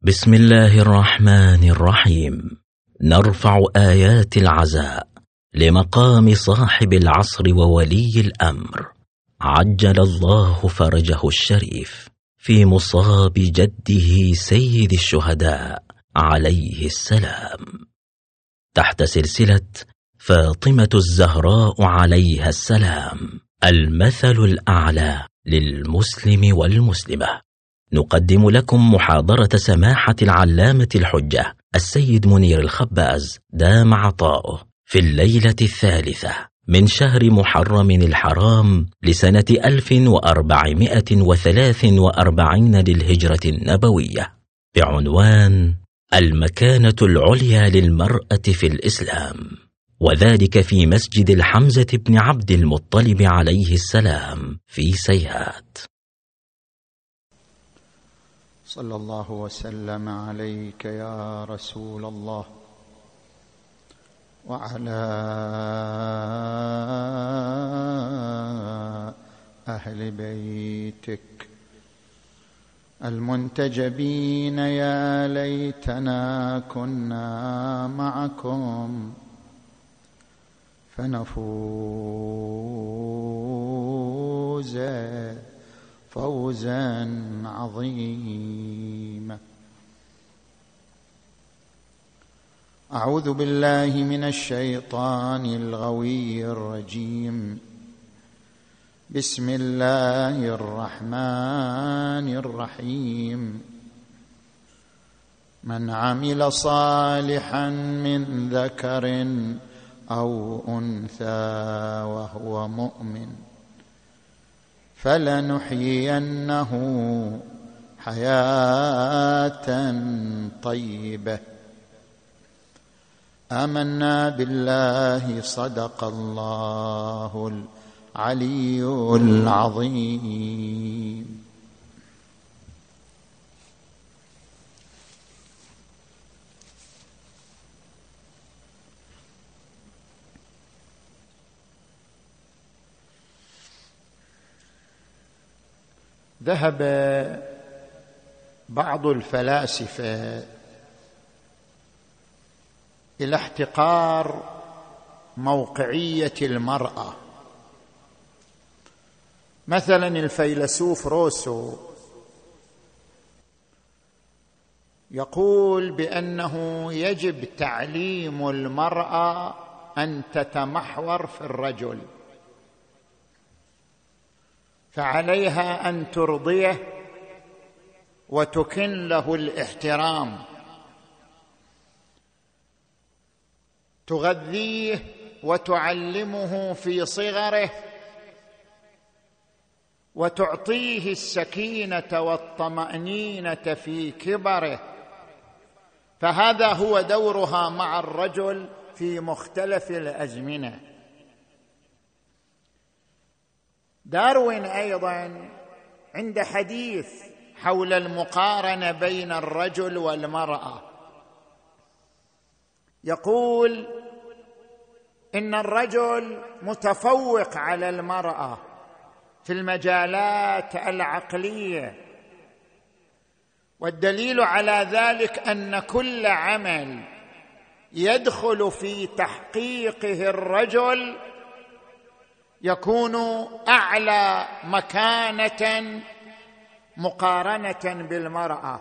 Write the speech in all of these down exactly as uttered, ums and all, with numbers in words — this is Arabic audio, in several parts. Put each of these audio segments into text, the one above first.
بسم الله الرحمن الرحيم. نرفع آيات العزاء لمقام صاحب العصر وولي الأمر، عجل الله فرجه الشريف، في مصاب جده سيد الشهداء عليه السلام، تحت سلسلة فاطمة الزهراء عليها السلام، المثل الأعلى للمسلم والمسلمة. نقدم لكم محاضرة سماحة العلامة الحجة السيد منير الخباز دام عطاؤه في الليلة الثالثة من شهر محرم الحرام لسنة ألف وأربعمائة وثلاث وأربعين للهجرة النبوية، بعنوان المكانة العليا للمرأة في الإسلام، وذلك في مسجد الحمزة بن عبد المطلب عليه السلام في سيهات. صلى الله وسلم عليك يا رسول الله وعلى أهل بيتك المنتجبين، يا ليتنا كنا معكم فنفوز فوزا عظيما. أعوذ بالله من الشيطان الغوي الرجيم. بسم الله الرحمن الرحيم. من عمل صالحا من ذكر أو أنثى وهو مؤمن فلنحيينه حياة طيبة. آمنا بالله، صدق الله العلي العظيم. ذهب بعض الفلاسفة إلى احتقار موقعية المرأة. مثلا الفيلسوف روسو يقول بأنه يجب تعليم المرأة أن تتمحور في الرجل، فعليها أن ترضيه وتكن له الاحترام، تغذيه وتعلمه في صغره وتعطيه السكينة والطمأنينة في كبره، فهذا هو دورها مع الرجل في مختلف الأزمنة. داروين أيضا عند حديث حول المقارنة بين الرجل والمرأة يقول إن الرجل متفوق على المرأة في المجالات العقلية، والدليل على ذلك أن كل عمل يدخل في تحقيقه الرجل يكون أعلى مكانة مقارنة بالمرأة،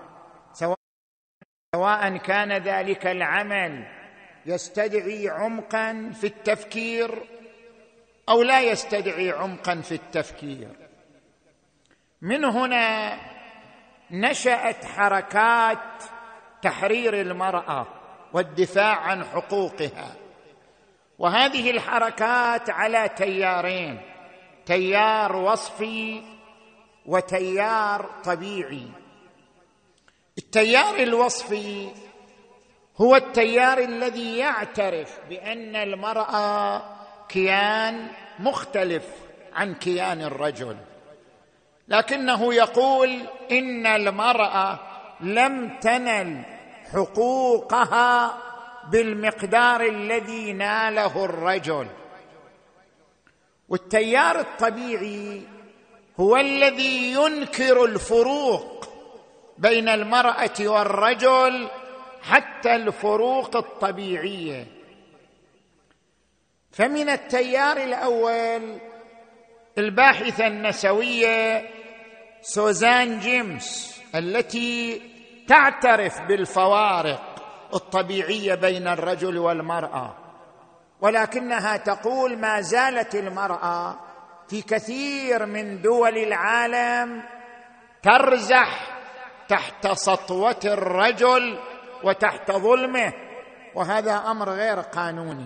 سواء كان ذلك العمل يستدعي عمقا في التفكير أو لا يستدعي عمقا في التفكير. من هنا نشأت حركات تحرير المرأة والدفاع عن حقوقها، وهذه الحركات على تيارين: تيار وصفي وتيار طبيعي. التيار الوصفي هو التيار الذي يعترف بأن المرأة كيان مختلف عن كيان الرجل، لكنه يقول إن المرأة لم تنل حقوقها بالمقدار الذي ناله الرجل. والتيار الطبيعي هو الذي ينكر الفروق بين المراه والرجل حتى الفروق الطبيعيه. فمن التيار الاول الباحثه النسويه سوزان جيمس التي تعترف بالفوارق الطبيعيه بين الرجل والمراه، ولكنها تقول ما زالت المراه في كثير من دول العالم ترزح تحت سطوه الرجل وتحت ظلمه، وهذا امر غير قانوني.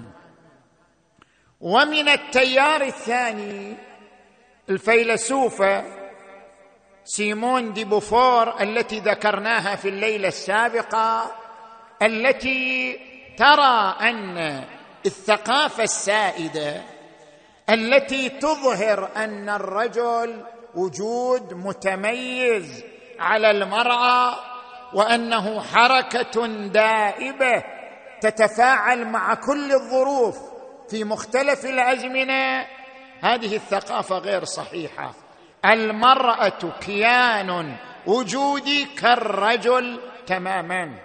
ومن التيار الثاني الفيلسوفه سيمون دي بوفور التي ذكرناها في الليله السابقه، التي ترى ان الثقافه السائده التي تظهر ان الرجل وجود متميز على المراه وانه حركه دائبه تتفاعل مع كل الظروف في مختلف الازمنه، هذه الثقافه غير صحيحه. المراه كيان وجودي كالرجل تماما.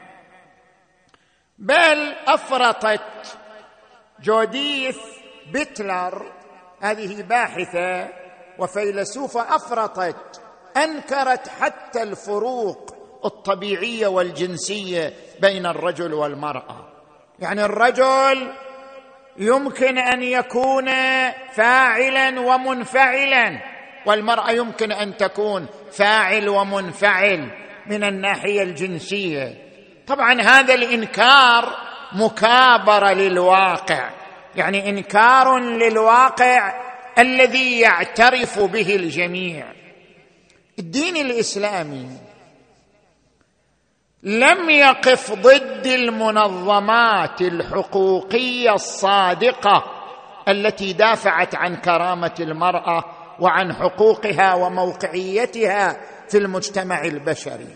بل افرطت جوديث بيتلر، هذه باحثه وفيلسوفه، افرطت انكرت حتى الفروق الطبيعيه والجنسيه بين الرجل والمراه. يعني الرجل يمكن ان يكون فاعلا ومنفعلا، والمراه يمكن ان تكون فاعل ومنفعل من الناحيه الجنسيه. طبعا هذا الانكار مكابره للواقع، يعني انكار للواقع الذي يعترف به الجميع. الدين الاسلامي لم يقف ضد المنظمات الحقوقيه الصادقه التي دافعت عن كرامه المراه وعن حقوقها وموقعيتها في المجتمع البشري،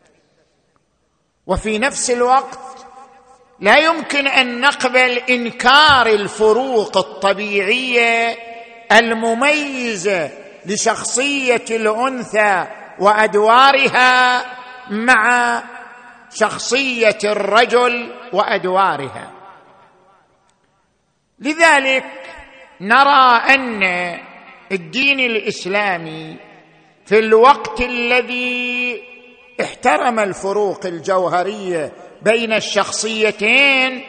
وفي نفس الوقت لا يمكن ان نقبل انكار الفروق الطبيعيه المميزه لشخصيه الانثى وادوارها مع شخصيه الرجل وادوارها. لذلك نرى ان الدين الاسلامي في الوقت الذي احترم الفروق الجوهريه بين الشخصيتين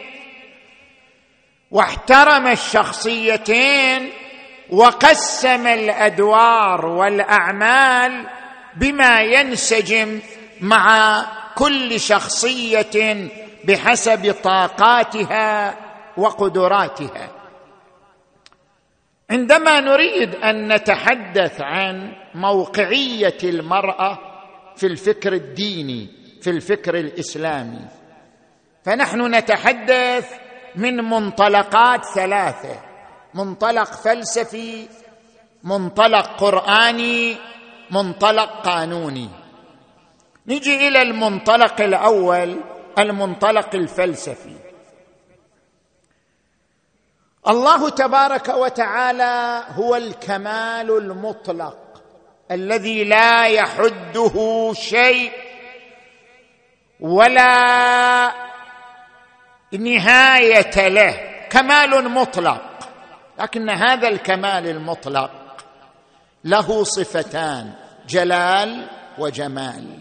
واحترم الشخصيتين وقسم الادوار والاعمال بما ينسجم مع كل شخصيه بحسب طاقاتها وقدراتها. عندما نريد ان نتحدث عن موقعيه المراه في الفكر الديني في الفكر الاسلامي، فنحن نتحدث من منطلقات ثلاثه: منطلق فلسفي، منطلق قرآني، منطلق قانوني. نجي إلى المنطلق الأول، المنطلق الفلسفي. الله تبارك وتعالى هو الكمال المطلق الذي لا يحده شيء ولا نهاية له، كمال مطلق. لكن هذا الكمال المطلق له صفتان: جلال وجمال.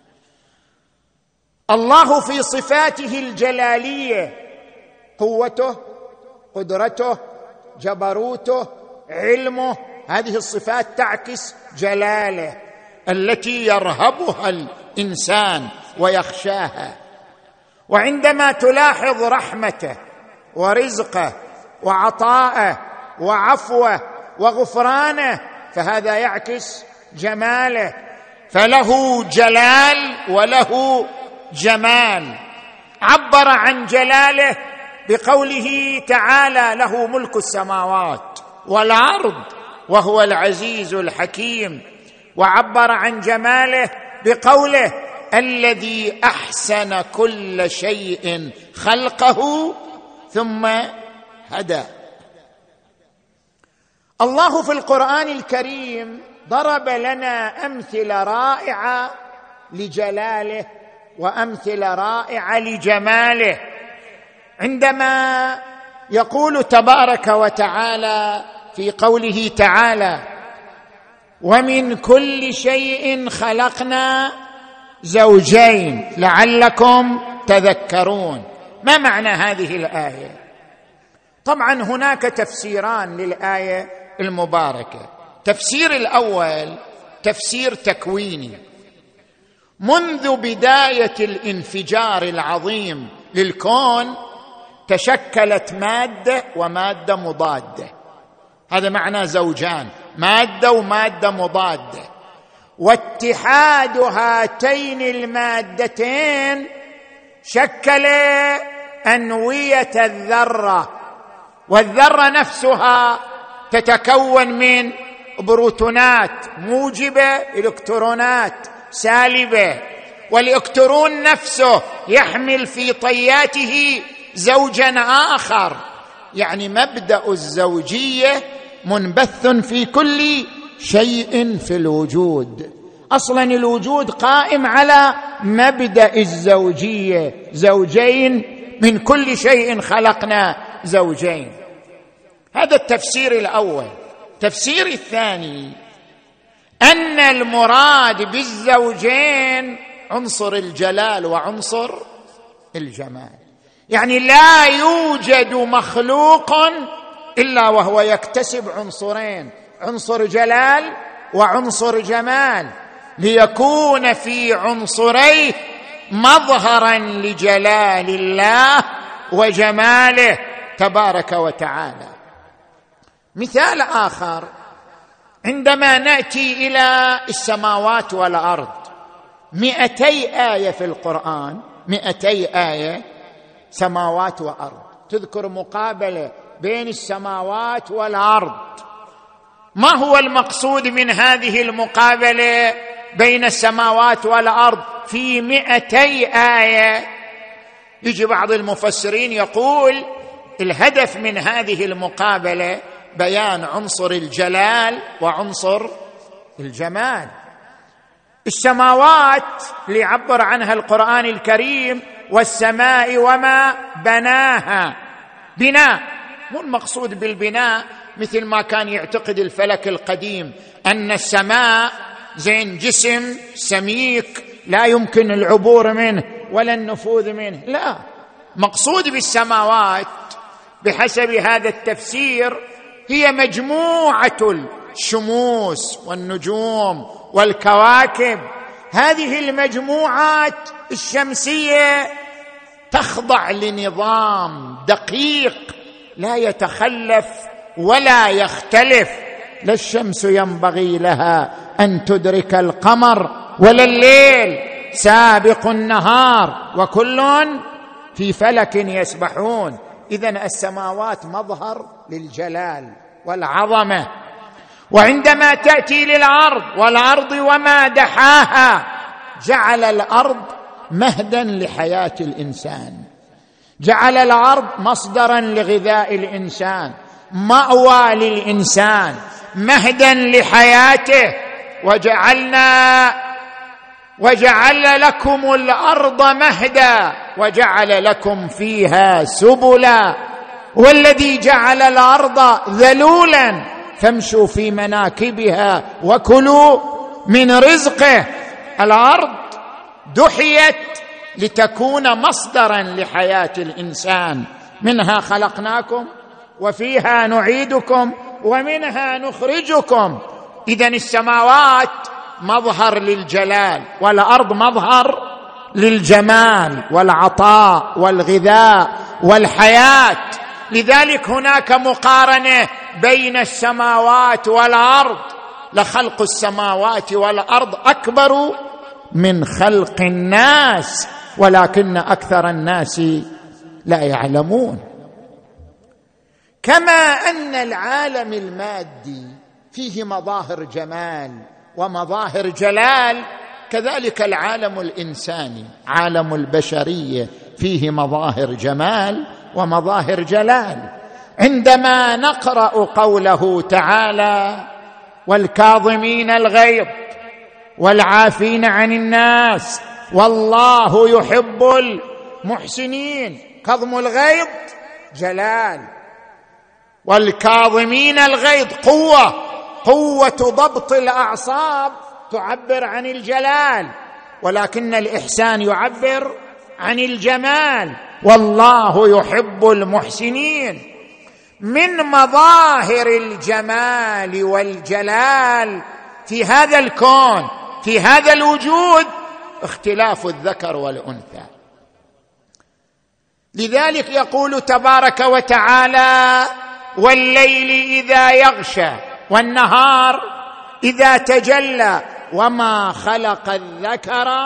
الله في صفاته الجلاليه قوته، قدرته، جبروته، علمه، هذه الصفات تعكس جلاله التي يرهبها الانسان ويخشاها. وعندما تلاحظ رحمته ورزقه وعطاءه وعفوه وغفرانه فهذا يعكس جماله، فله جلال وله جمال. عبر عن جلاله بقوله تعالى: له ملك السماوات والارض وهو العزيز الحكيم. وعبر عن جماله بقوله: الذي احسن كل شيء خلقه ثم هدى. الله في القرآن الكريم ضرب لنا أمثلة رائعة لجلاله وامثله رائعه لجماله. عندما يقول تبارك وتعالى في قوله تعالى: ومن كل شيء خلقنا زوجين لعلكم تذكرون. ما معنى هذه الايه؟ طبعا هناك تفسيران للايه المباركه. تفسير الاول تفسير تكويني، منذ بدايه الانفجار العظيم للكون تشكلت ماده وماده مضاده، هذا معنى زوجان، ماده وماده مضاده، واتحاد هاتين المادتين شكل انويه الذره، والذره نفسها تتكون من بروتونات موجبه الكترونات سالبه، والالكترون نفسه يحمل في طياته زوجا آخر. يعني مبدأ الزوجية منبث في كل شيء في الوجود، أصلا الوجود قائم على مبدأ الزوجية، زوجين، من كل شيء خلقنا زوجين. هذا التفسير الأول. التفسير الثاني أن المراد بالزوجين عنصر الجلال وعنصر الجمال، يعني لا يوجد مخلوق إلا وهو يكتسب عنصرين، عنصر جلال وعنصر جمال، ليكون في عنصريه مظهرا لجلال الله وجماله تبارك وتعالى. مثال آخر، عندما نأتي إلى السماوات والأرض، مئتي آية في القرآن، مئتي آية سماوات وأرض، تذكر مقابلة بين السماوات والأرض. ما هو المقصود من هذه المقابلة بين السماوات والأرض في مئتي آية؟ يجي بعض المفسرين يقول الهدف من هذه المقابلة بيان عنصر الجلال وعنصر الجمال. السماوات اللي يعبر عنها القرآن الكريم: والسماء وما بناها، بناء، مو المقصود بالبناء مثل ما كان يعتقد الفلك القديم أن السماء زين جسم سميك لا يمكن العبور منه ولا النفوذ منه، لا، مقصود بالسماوات بحسب هذا التفسير هي مجموعة الشموس والنجوم والكواكب. هذه المجموعات الشمسية تخضع لنظام دقيق لا يتخلف ولا يختلف، لا الشمس ينبغي لها أن تدرك القمر ولا الليل سابق النهار، وكل في فلك يسبحون. إذن السماوات مظهر للجلال والعظمة. وعندما تأتي للأرض: والأرض وما دحاها، جعل الأرض مهدا لحياة الإنسان، جعل الأرض مصدرا لغذاء الإنسان، مأوى للإنسان، مهدا لحياته. وجعلنا وجعل لكم الأرض مهدا وجعل لكم فيها سبلا، والذي جعل الأرض ذلولا فامشوا في مناكبها وكلوا من رزقه. الأرض دحيت لتكون مصدرا لحياة الإنسان، منها خلقناكم وفيها نعيدكم ومنها نخرجكم. إذن السماوات مظهر للجلال، والأرض مظهر للجمال والعطاء والغذاء والحياة. لذلك هناك مقارنة بين السماوات والأرض، لخلق السماوات والأرض أكبر من خلق الناس ولكن أكثر الناس لا يعلمون. كما أن العالم المادي فيه مظاهر جمال ومظاهر جلال، كذلك العالم الإنساني، عالم البشرية، فيه مظاهر جمال ومظاهر جلال. عندما نقرأ قوله تعالى: والكاظمين الغيظ والعافين عن الناس والله يحب المحسنين. كظم الغيظ جلال، والكاظمين الغيظ قوة، قوة ضبط الأعصاب تعبر عن الجلال، ولكن الإحسان يعبر عن الجمال. والله يحب المحسنين. من مظاهر الجمال والجلال في هذا الكون، في هذا الوجود، اختلاف الذكر والأنثى. لذلك يقول تبارك وتعالى: والليل إذا يغشى والنهار إذا تجلى وما خلق الذكر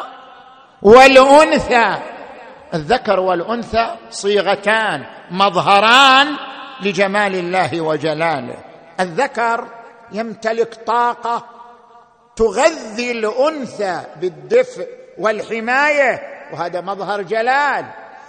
والأنثى. الذكر والأنثى صيغتان مظهران لجمال الله وجلاله. الذكر يمتلك طاقة تغذي الأنثى بالدفء والحماية، وهذا مظهر جلال.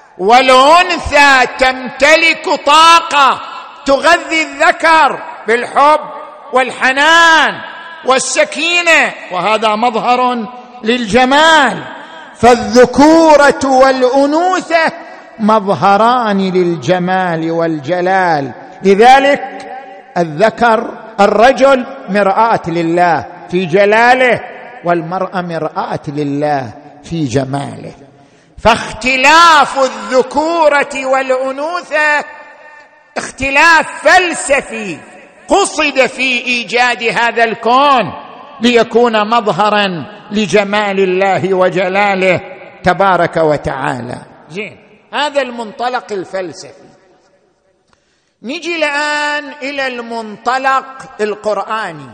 والأنثى تمتلك طاقة تغذي الذكر بالحب والحنان والسكينة، وهذا مظهر للجمال. فالذكورة والأنوثة مظهران للجمال والجلال. لذلك الذكر الرجل مرآة لله في جلاله، والمرأة مرآة لله في جماله. فاختلاف الذكورة والأنوثة اختلاف فلسفي قصد في إيجاد هذا الكون ليكون مظهرا لجمال الله وجلاله تبارك وتعالى. زين، هذا المنطلق الفلسفي. نجي الآن إلى المنطلق القرآني.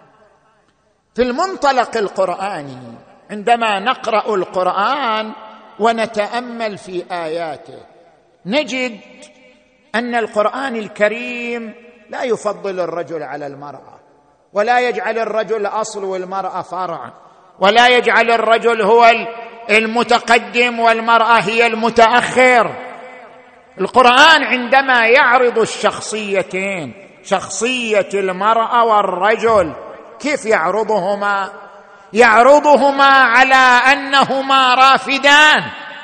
في المنطلق القرآني عندما نقرأ القرآن ونتأمل في آياته نجد أن القرآن الكريم لا يفضل الرجل على المرأة، ولا يجعل الرجل أصل والمرأة فرع، ولا يجعل الرجل هو المتقدم والمرأة هي المتأخر. القرآن عندما يعرض الشخصيتين، شخصية المرأة والرجل، كيف يعرضهما؟ يعرضهما على أنهما رافدان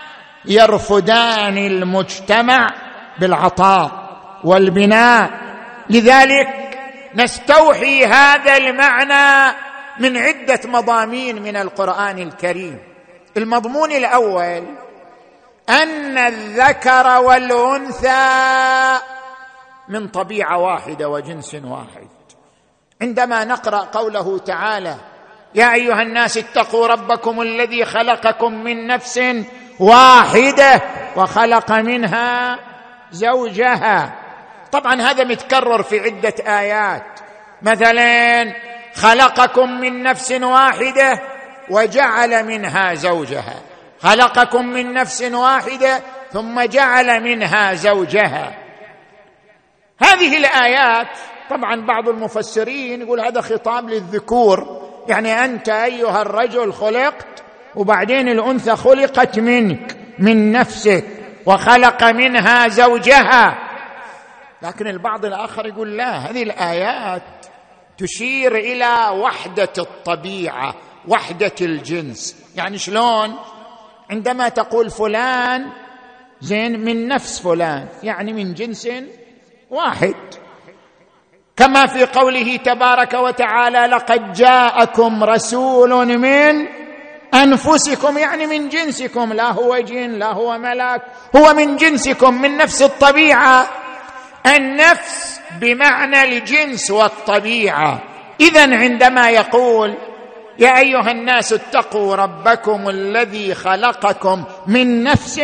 يرفدان المجتمع بالعطاء والبناء. لذلك نستوحي هذا المعنى من عدة مضامين من القرآن الكريم. المضمون الأول أن الذكر والأنثى من طبيعة واحدة وجنس واحد. عندما نقرأ قوله تعالى: يا أيها الناس اتقوا ربكم الذي خلقكم من نفس واحدة وخلق منها زوجها. طبعا هذا متكرر في عدة آيات، مثلا خلقكم من نفس واحدة وجعل منها زوجها، خلقكم من نفس واحدة ثم جعل منها زوجها. هذه الآيات طبعا بعض المفسرين يقول هذا خطاب للذكور، يعني أنت أيها الرجل خلقت وبعدين الأنثى خلقت منك من نفسك وخلق منها زوجها. لكن البعض الآخر يقول لا، هذه الآيات تشير إلى وحدة الطبيعة، وحدة الجنس. يعني شلون؟ عندما تقول فلان زين من نفس فلان، يعني من جنس واحد، كما في قوله تبارك وتعالى: لقد جاءكم رسول من أنفسكم، يعني من جنسكم، لا هو جن لا هو ملاك، هو من جنسكم من نفس الطبيعة. النفس بمعنى الجنس والطبيعة. إذن عندما يقول يا أيها الناس اتقوا ربكم الذي خلقكم من نفس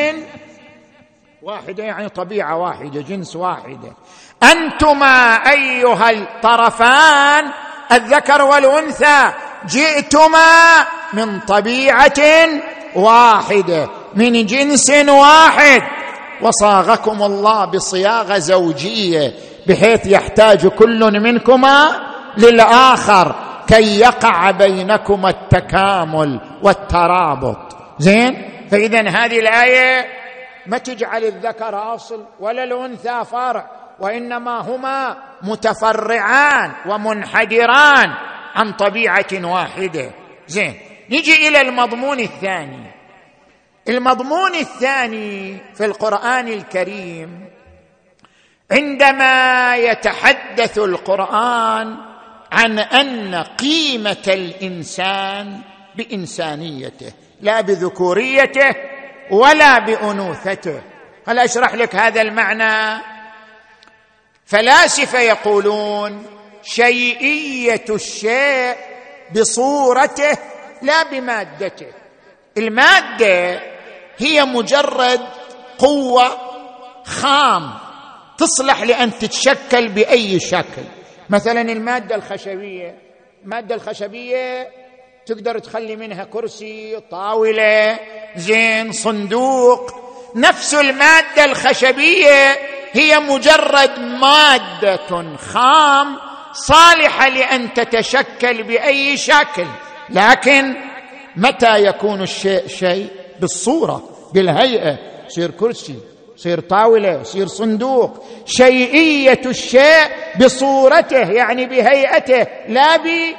واحدة، يعني طبيعة واحدة جنس واحدة، أنتما أيها الطرفان الذكر والأنثى جئتما من طبيعة واحدة من جنس واحد، وصاغكم الله بصياغة زوجية بحيث يحتاج كل منكما للآخر كي يقع بينكما التكامل والترابط. زين، فإذن هذه الآية ما تجعل الذكر أصل ولا الأنثى فرع، وإنما هما متفرعان ومنحدران عن طبيعة واحدة. زين، نجي إلى المضمون الثاني. المضمون الثاني في القرآن الكريم عندما يتحدث القرآن عن أن قيمة الإنسان بإنسانيته لا بذكوريته ولا بأنوثته. هل أشرح لك هذا المعنى؟ فلاسفة يقولون شيئية الشيء بصورته لا بمادته. المادة هي مجرد قوة خام تصلح لأن تتشكل بأي شكل. مثلا المادة الخشبية، المادة الخشبية تقدر تخلي منها كرسي، طاولة، زين، صندوق. نفس المادة الخشبية هي مجرد مادة خام صالحة لأن تتشكل بأي شكل، لكن متى يكون الشيء شيء؟ بالصورة، بالهيئة، يصير كرسي، يصير طاولة، يصير صندوق. شيئية الشيء بصورته يعني بهيئته لا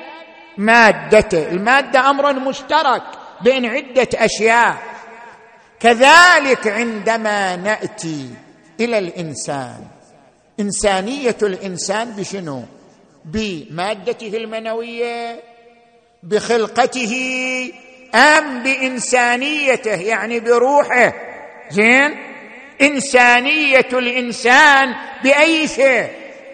بمادته. المادة أمر مشترك بين عدة أشياء. كذلك عندما نأتي إلى الإنسان، إنسانية الإنسان بشنو؟ بمادته المنوية، بخلقته، أم بإنسانيته يعني بروحه؟ زين، إنسانية الإنسان بأي شيء؟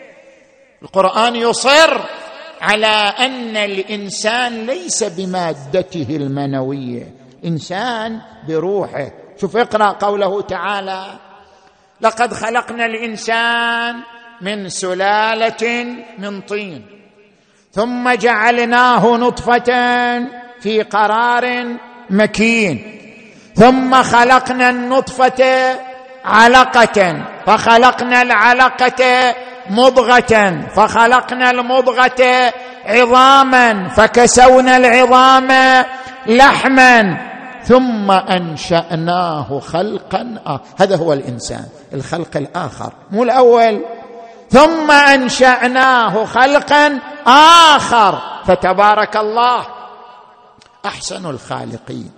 القرآن يصر على أن الإنسان ليس بمادته المنوية، إنسان بروحه. شوف اقرأ قوله تعالى: لقد خلقنا الإنسان من سلالة من طين ثم جعلناه نطفة في قرار مكين ثم خلقنا النطفة علقة فخلقنا العلقة مضغة فخلقنا المضغة عظاما فكسونا العظام لحما ثم أنشأناه خلقا آخر. هذا هو الإنسان، الخلق الآخر مو الأول. ثم أنشأناه خلقا آخر فتبارك الله أحسن الخالقين.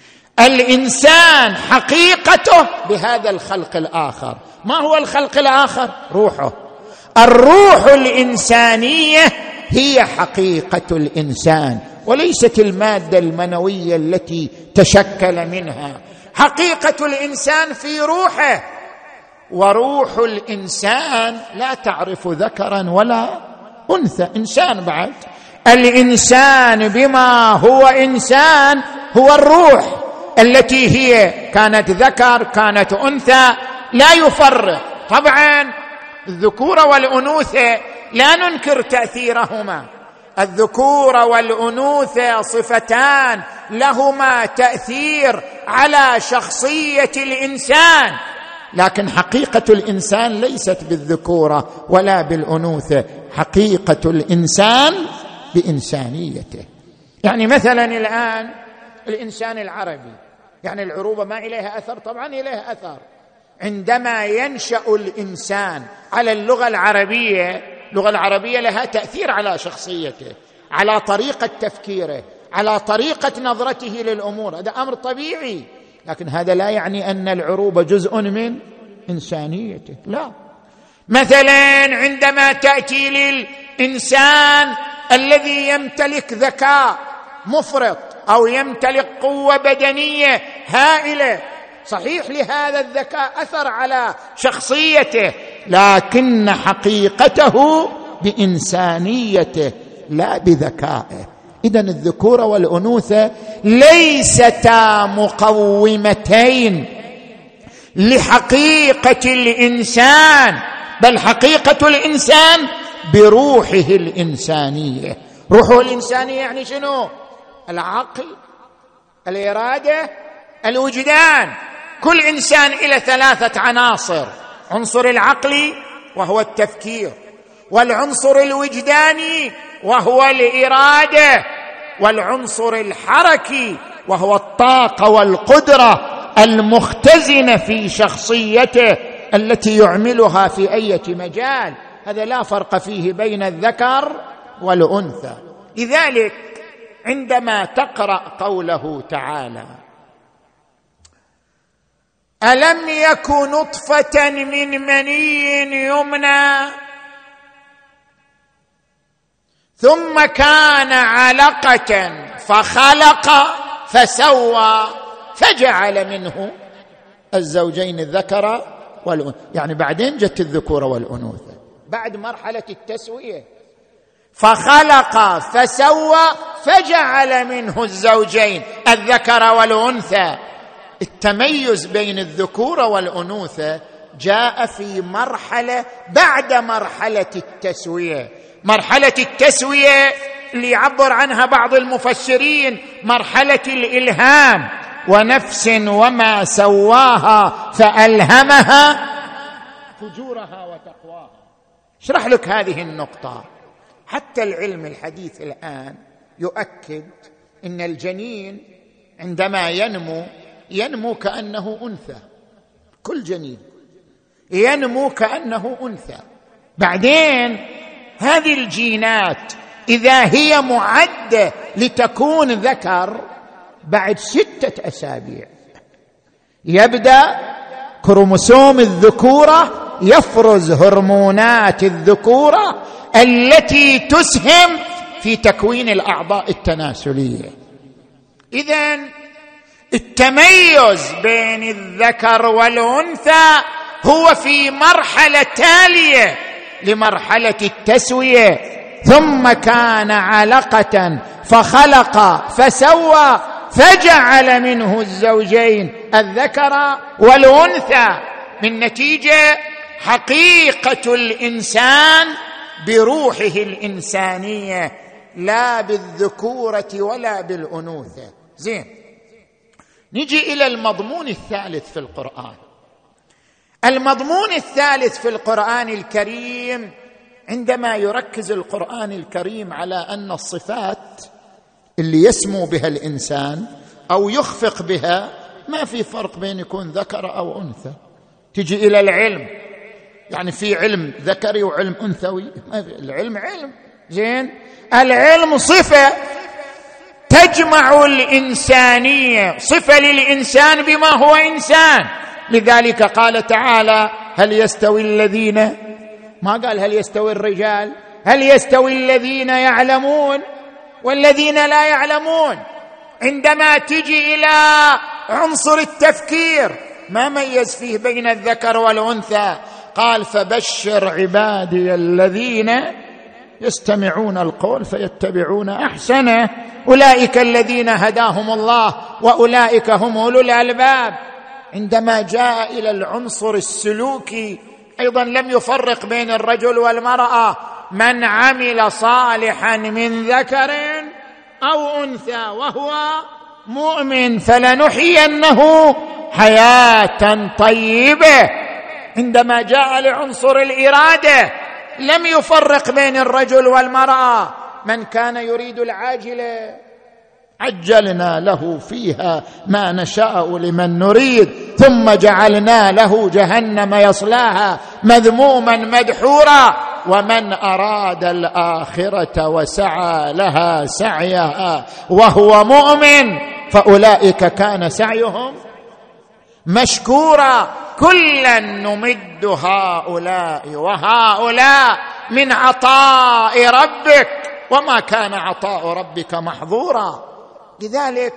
الإنسان حقيقته بهذا الخلق الآخر. ما هو الخلق الآخر؟ روحه. الروح الإنسانية هي حقيقة الإنسان وليست المادة المنوية التي تشكل منها. حقيقة الإنسان في روحه، وروح الإنسان لا تعرف ذكرا ولا أنثى، إنسان بعد. الإنسان بما هو إنسان هو الروح التي هي كانت ذكر كانت أنثى، لا يفرق. طبعا الذكورة والأنوثة لا ننكر تأثيرهما، الذكورة والأنوثة صفتان لهما تأثير على شخصية الإنسان، لكن حقيقة الإنسان ليست بالذكورة ولا بالأنوثة، حقيقة الإنسان بإنسانيته. يعني مثلا الآن الإنسان العربي، يعني العروبة ما إليها أثر؟ طبعا إليها أثر. عندما ينشأ الإنسان على اللغة العربية، اللغة العربية لها تأثير على شخصيته، على طريقة تفكيره، على طريقة نظرته للأمور. هذا أمر طبيعي، لكن هذا لا يعني أن العروبة جزء من إنسانيته، لا. مثلا عندما تأتي للإنسان الذي يمتلك ذكاء مفرط أو يمتلك قوة بدنية هائلة، صحيح لهذا الذكاء أثر على شخصيته، لكن حقيقته بإنسانيته لا بذكائه. إذن الذكورة والأنوثة ليستا مقومتين لحقيقة الإنسان، بل حقيقة الإنسان بروحه الإنسانية. روحه الإنسانية يعني شنو؟ العقل، الإرادة، الوجدان. كل إنسان إلى ثلاثة عناصر: عنصر العقلي وهو التفكير، والعنصر الوجداني وهو الإرادة، والعنصر الحركي وهو الطاقة والقدرة المختزنة في شخصيته التي يعملها في أي مجال. هذا لا فرق فيه بين الذكر والأنثى. لذلك عندما تقرأ قوله تعالى: ألم يك نطفة من مني يمنى ثم كان علقة فخلق فسوى فجعل منه الزوجين الذكر والأنثى. يعني بعدين جت الذكور والأنوثة بعد مرحلة التسوية، فخلق فسوى فجعل منه الزوجين الذكر والأنثى. التميز بين الذكور والأنوثة جاء في مرحلة بعد مرحلة التسوية. مرحلة التسوية اللي يعبر عنها بعض المفسرين مرحلة الإلهام: ونفس وما سواها فألهمها فجورها وتقواها. اشرح لك هذه النقطة. حتى العلم الحديث الآن يؤكد إن الجنين عندما ينمو ينمو كأنه أنثى. كل جنين ينمو كأنه أنثى. بعدين هذه الجينات إذا هي معدة لتكون ذكر بعد ستة أسابيع يبدأ كروموسوم الذكورة يفرز هرمونات الذكورة التي تسهم في تكوين الأعضاء التناسلية. إذن التميز بين الذكر والأنثى هو في مرحلة تالية لمرحلة التسوية: ثم كان علقة فخلق فسوى فجعل منه الزوجين الذكر والأنثى. من نتيجة حقيقة الإنسان بروحه الإنسانية لا بالذكورة ولا بالأنوثة. زين، نجي إلى المضمون الثالث في القرآن. المضمون الثالث في القرآن الكريم عندما يركز القرآن الكريم على أن الصفات اللي يسمو بها الإنسان أو يخفق بها ما في فرق بين يكون ذكر أو أنثى. تجي إلى العلم، يعني في علم ذكري وعلم أنثوي، ما في. العلم علم. زين، العلم صفة تجمع الإنسانية، صفة للإنسان بما هو إنسان. لذلك قال تعالى: هل يستوي الذين، ما قال هل يستوي الرجال، هل يستوي الذين يعلمون والذين لا يعلمون. عندما تجي إلى عنصر التفكير ما ميز فيه بين الذكر والأنثى، قال: فبشر عبادي الذين يستمعون القول فيتبعون أحسنه أولئك الذين هداهم الله وأولئك هم أولو الألباب. عندما جاء إلى العنصر السلوكي أيضا لم يفرق بين الرجل والمرأة: من عمل صالحا من ذكر أو أنثى وهو مؤمن فلنحيينه حياة طيبة. عندما جاء لعنصر الإرادة لم يفرق بين الرجل والمرأة: من كان يريد العاجلة عجلنا له فيها ما نشاء لمن نريد ثم جعلنا له جهنم يصلاها مذموما مدحورا ومن أراد الآخرة وسعى لها سعيها وهو مؤمن فأولئك كان سعيهم مشكورا كلا نمد هؤلاء وهؤلاء من عطاء ربك وما كان عطاء ربك محظورا. لذلك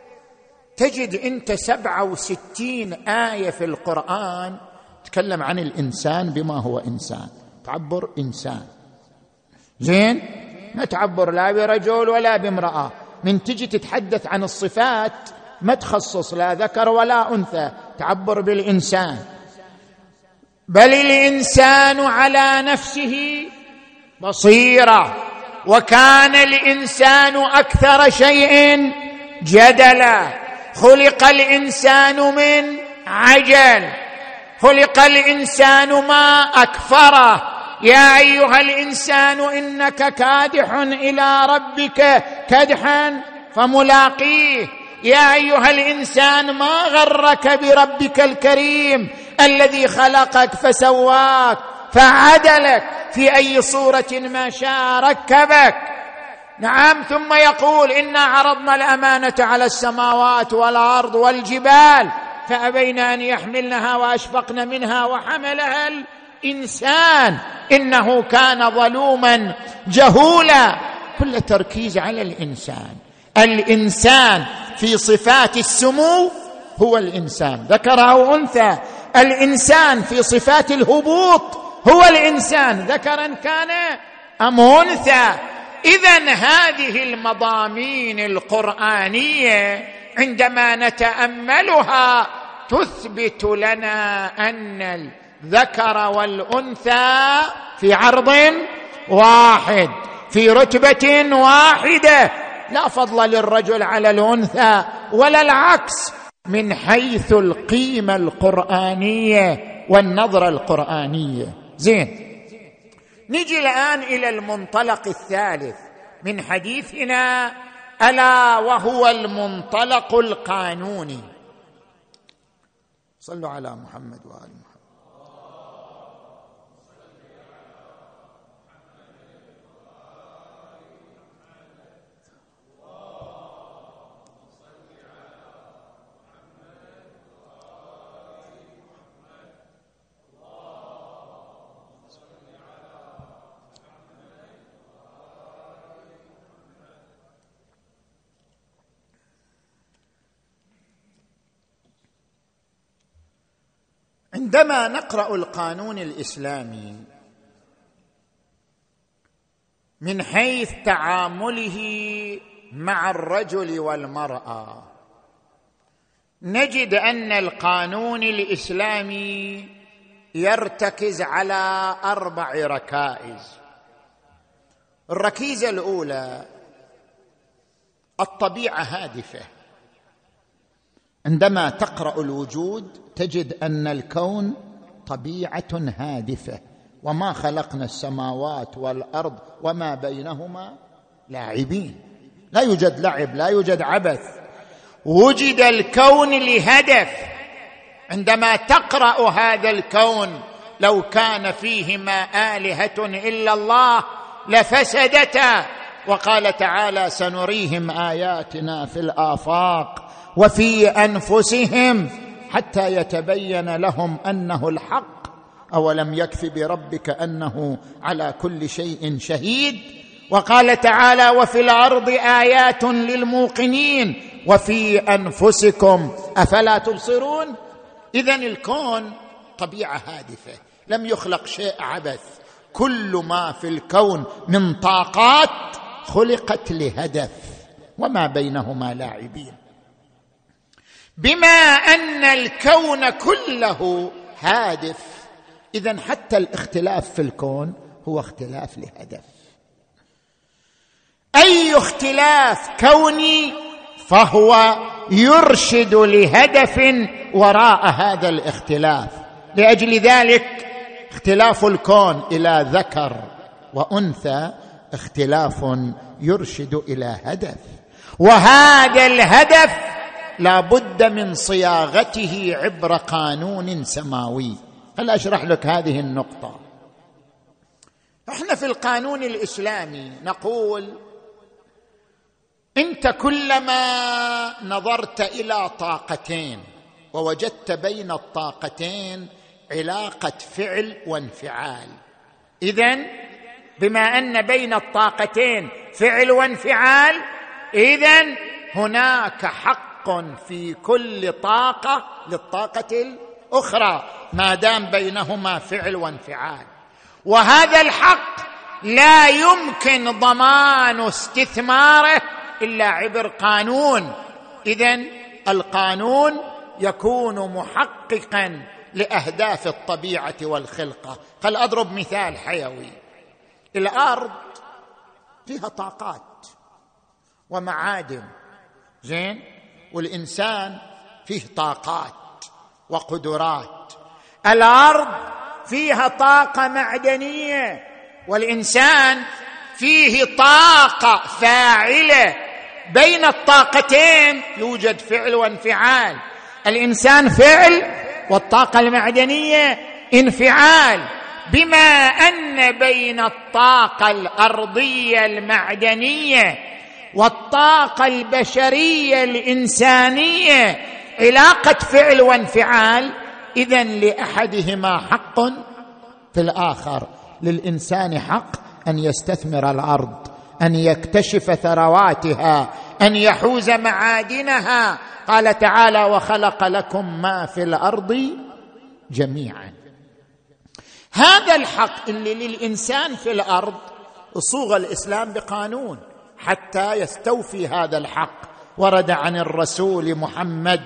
تجد أنت سبعة وستين آية في القرآن تتكلم عن الإنسان بما هو إنسان، تعبر إنسان. زين، ما تعبر لا برجل ولا بامرأة. من تجي تتحدث عن الصفات ما تخصص لا ذكر ولا أنثى، تعبر بالإنسان. بل الإنسان على نفسه بصيرة وكان الإنسان أكثر شيء جدلا. خلق الإنسان من عجل، خلق الإنسان ما أكفره. يا أيها الإنسان إنك كادح إلى ربك كدحا فملاقيه. يا أيها الإنسان ما غرك بربك الكريم الذي خلقك فسواك فعدلك في أي صورة ما شاء ركبك. نعم. ثم يقول إنا عرضنا الأمانة على السماوات والأرض والجبال فأبين أن يحملنها وأشفقن منها وحملها الإنسان إنه كان ظلوما جهولا. كل تركيز على الإنسان. الإنسان في صفات السمو هو الإنسان ذكر أو أنثى. الإنسان في صفات الهبوط هو الإنسان ذكرا كان أم أنثى. إذن هذه المضامين القرآنية عندما نتأملها تثبت لنا أن الذكر والأنثى في عرض واحد في رتبة واحدة، لا فضل للرجل على الأنثى ولا العكس من حيث القيمة القرآنية والنظرة القرآنية. زين، نجي الآن إلى المنطلق الثالث من حديثنا، ألا وهو المنطلق القانوني. صلوا على محمد وآل محمد. عندما نقرأ القانون الإسلامي من حيث تعامله مع الرجل والمرأة نجد أن القانون الإسلامي يرتكز على أربع ركائز. الركيزة الأولى الطبيعة هادفة. عندما تقرأ الوجود تجد أن الكون طبيعة هادفة، وما خلقنا السماوات والأرض وما بينهما لاعبين. لا يوجد لعب، لا يوجد عبث، وجد الكون لهدف. عندما تقرأ هذا الكون لو كان فيهما آلهة إلا الله لفسدتا، وقال تعالى سنريهم آياتنا في الآفاق وفي أنفسهم حتى يتبين لهم أنه الحق أولم يكف بربك أنه على كل شيء شهيد. وقال تعالى وفي الأرض آيات للموقنين وفي أنفسكم أفلا تبصرون. إذن الكون طبيعة هادفة، لم يخلق شيء عبث، كل ما في الكون من طاقات خلقت لهدف وما بينهما لاعبين. بما أن الكون كله هادف إذن حتى الاختلاف في الكون هو اختلاف لهدف. أي اختلاف كوني فهو يرشد لهدف وراء هذا الاختلاف. لأجل ذلك اختلاف الكون إلى ذكر وأنثى اختلاف يرشد إلى هدف، وهذا الهدف لا بد من صياغته عبر قانون سماوي. هل أشرح لك هذه النقطة؟ احنا في القانون الإسلامي نقول أنت كلما نظرت إلى طاقتين ووجدت بين الطاقتين علاقة فعل وانفعال، إذن بما أن بين الطاقتين فعل وانفعال إذن هناك حق في كل طاقة للطاقة الأخرى ما دام بينهما فعل وانفعال. وهذا الحق لا يمكن ضمان استثماره إلا عبر قانون. إذن القانون يكون محققا لأهداف الطبيعة والخلقة. خل أضرب مثال حيوي. الأرض فيها طاقات ومعادن، زين، والإنسان فيه طاقات وقدرات. الأرض فيها طاقة معدنية والإنسان فيه طاقة فاعلة. بين الطاقتين يوجد فعل وانفعال. الإنسان فعل والطاقة المعدنية انفعال. بما أن بين الطاقة الأرضية المعدنية والطاقة البشرية الإنسانية علاقة فعل وانفعال، إذن لأحدهما حق في الآخر. للإنسان حق أن يستثمر الأرض، أن يكتشف ثرواتها، أن يحوز معادنها. قال تعالى: وخلق لكم ما في الأرض جميعا. هذا الحق اللي للإنسان في الأرض صوغ الإسلام بقانون حتى يستوفي هذا الحق. ورد عن الرسول محمد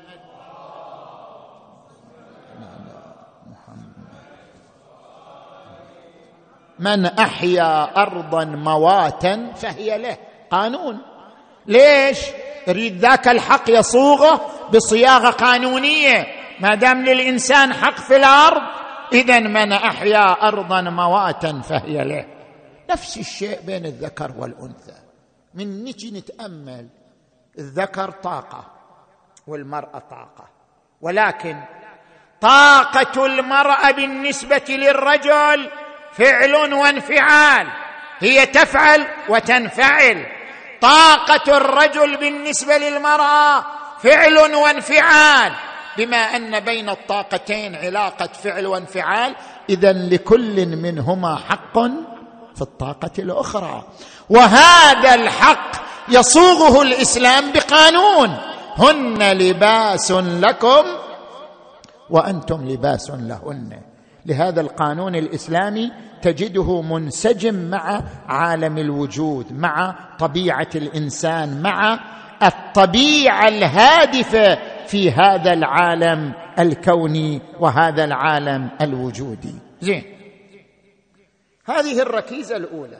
من أحيا أرضا مواتا فهي له. قانون. ليش؟ يريد ذاك الحق يصوغه بصياغة قانونية. ما دام للإنسان حق في الأرض، إذن من أحيا أرضا مواتا فهي له. نفس الشيء بين الذكر والأنثى. من نجي نتأمل، الذكر طاقة والمرأة طاقة، ولكن طاقة المرأة بالنسبة للرجل فعل وانفعال، هي تفعل وتنفعل. طاقة الرجل بالنسبة للمرأة فعل وانفعال. بما أن بين الطاقتين علاقة فعل وانفعال، إذن لكل منهما حق في الطاقة الأخرى. وهذا الحق يصوغه الإسلام بقانون: هن لباس لكم وأنتم لباس لهن. لهذا القانون الإسلامي تجده منسجم مع عالم الوجود، مع طبيعة الإنسان، مع الطبيعة الهادفة في هذا العالم الكوني وهذا العالم الوجودي. زين، هذه الركيزة الأولى.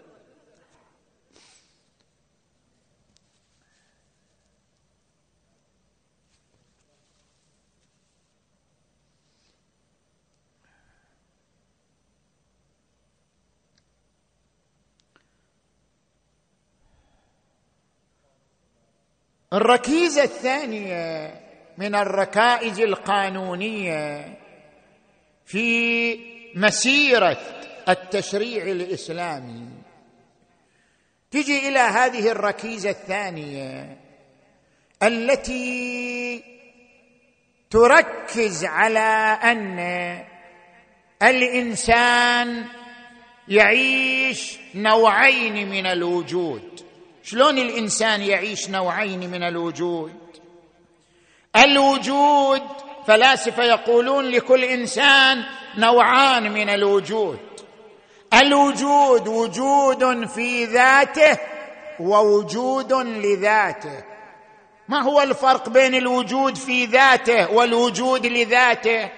الركيزة الثانية من الركائز القانونية في مسيرة التشريع الإسلامي، تجي إلى هذه الركيزة الثانية التي تركز على أن الإنسان يعيش نوعين من الوجود. شلون الإنسان يعيش نوعين من الوجود؟ الوجود، فلاسفة يقولون لكل إنسان نوعان من الوجود. الوجود وجود في ذاته ووجود لذاته. ما هو الفرق بين الوجود في ذاته والوجود لذاته؟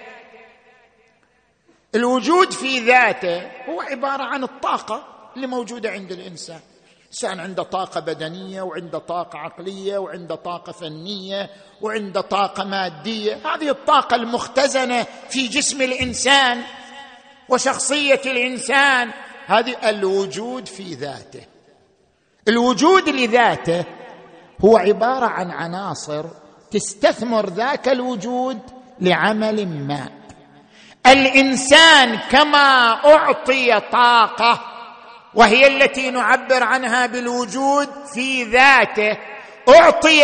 الوجود في ذاته هو عبارة عن الطاقة اللي موجودة عند الإنسان. الإنسان عنده طاقة بدنية، وعنده طاقة عقلية، وعنده طاقة فنية، وعنده طاقة مادية. هذه الطاقة المختزنة في جسم الإنسان وشخصية الإنسان، هذه الوجود في ذاته. الوجود لذاته هو عبارة عن عناصر تستثمر ذاك الوجود لعمل ما. الإنسان كما أعطي طاقة، وهي التي نعبر عنها بالوجود في ذاته، أعطي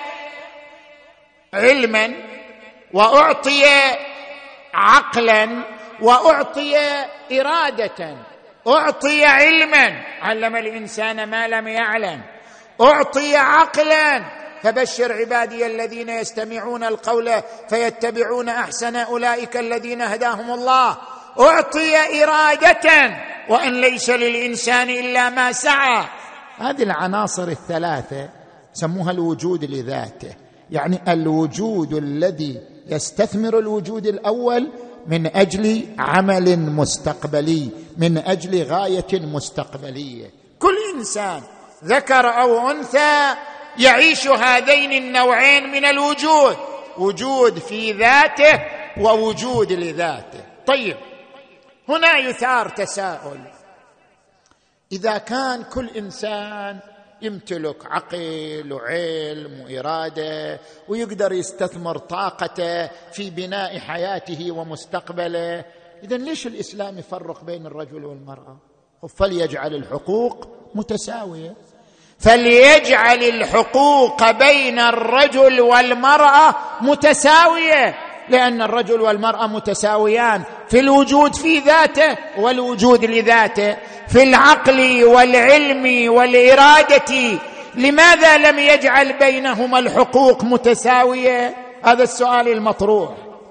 علما، وأعطي عقلا، وأعطي إرادة. أعطي علما، علم الإنسان ما لم يعلم. أعطي عقلا، فبشر عبادي الذين يستمعون القول فيتبعون أحسن أولئك الذين هداهم الله. أعطي إرادة، وأن ليس للإنسان إلا ما سعى. هذه العناصر الثلاثة سموها الوجود لذاته، يعني الوجود الذي يستثمر الوجود الأول من أجل عمل مستقبلي، من أجل غاية مستقبلية. كل إنسان ذكر أو أنثى يعيش هذين النوعين من الوجود، وجود في ذاته ووجود لذاته. طيب، هنا يثار تساؤل: إذا كان كل إنسان يمتلك عقل وعلم وإرادة ويقدر يستثمر طاقته في بناء حياته ومستقبله، إذن ليش الإسلام يفرق بين الرجل والمرأة؟ فليجعل الحقوق متساوية، فليجعل الحقوق بين الرجل والمرأة متساوية، لأن الرجل والمرأة متساويان في الوجود في ذاته والوجود لذاته، في العقل والعلم والإرادة. لماذا لم يجعل بينهما الحقوق متساوية؟ هذا السؤال المطروح.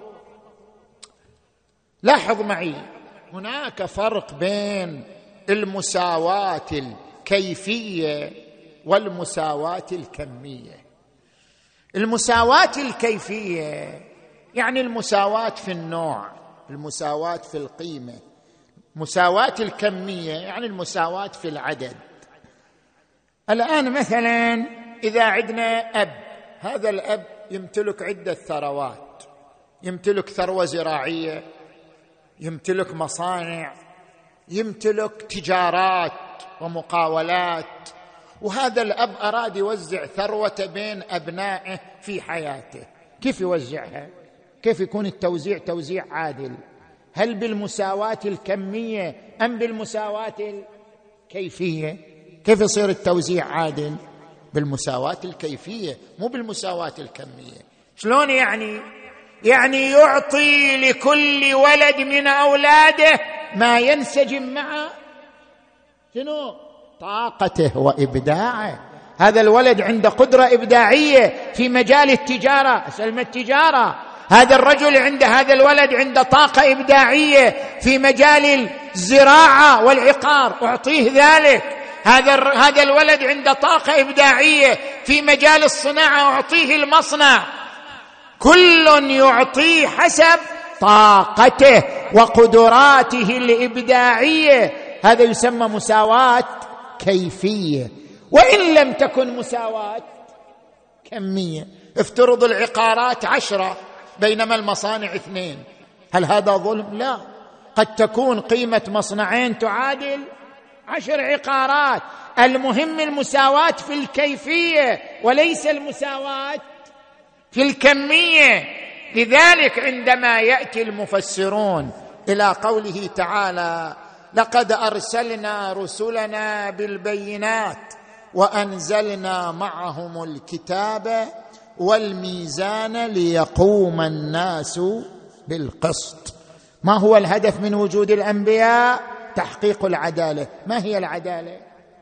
لاحظ معي، هناك فرق بين المساواة الكيفية والمساواة الكمية. المساواة الكيفية يعني المساواة في النوع، المساواة في القيمة. مساواة الكمية يعني المساواة في العدد. الآن مثلا إذا عندنا أب، هذا الأب يمتلك عدة ثروات، يمتلك ثروة زراعية، يمتلك مصانع، يمتلك تجارات ومقاولات، وهذا الأب أراد يوزع ثروة بين أبنائه في حياته. كيف يوزعها؟ كيف يكون التوزيع توزيع عادل؟ هل بالمساواة الكمية أم بالمساواة الكيفية؟ كيف يصير التوزيع عادل؟ بالمساواة الكيفية مو بالمساواة الكمية. شلون يعني؟ يعني يعطي لكل ولد من أولاده ما ينسجم مع شنو؟ طاقته وإبداعه. هذا الولد عنده قدرة إبداعية في مجال التجارة، أسأل التجارة. هذا الرجل عند هذا الولد عنده طاقة إبداعية في مجال الزراعة والعقار، أعطيه ذلك. هذا هذا الولد عنده طاقة إبداعية في مجال الصناعة، أعطيه المصنع. كل يعطيه حسب طاقته وقدراته الإبداعية. هذا يسمى مساواة كيفية. وإن لم تكن مساواة كمية، افترض العقارات عشرة بينما المصانع اثنين، هل هذا ظلم؟ لا، قد تكون قيمة مصنعين تعادل عشر عقارات. المهم المساواة في الكيفية وليس المساواة في الكمية. لذلك عندما يأتي المفسرون إلى قوله تعالى: لقد أرسلنا رسلنا بالبينات وأنزلنا معهم الكتاب والميزان ليقوم الناس بالقسط. ما هو الهدف من وجود الأنبياء؟ تحقيق العدالة. ما هي العدالة؟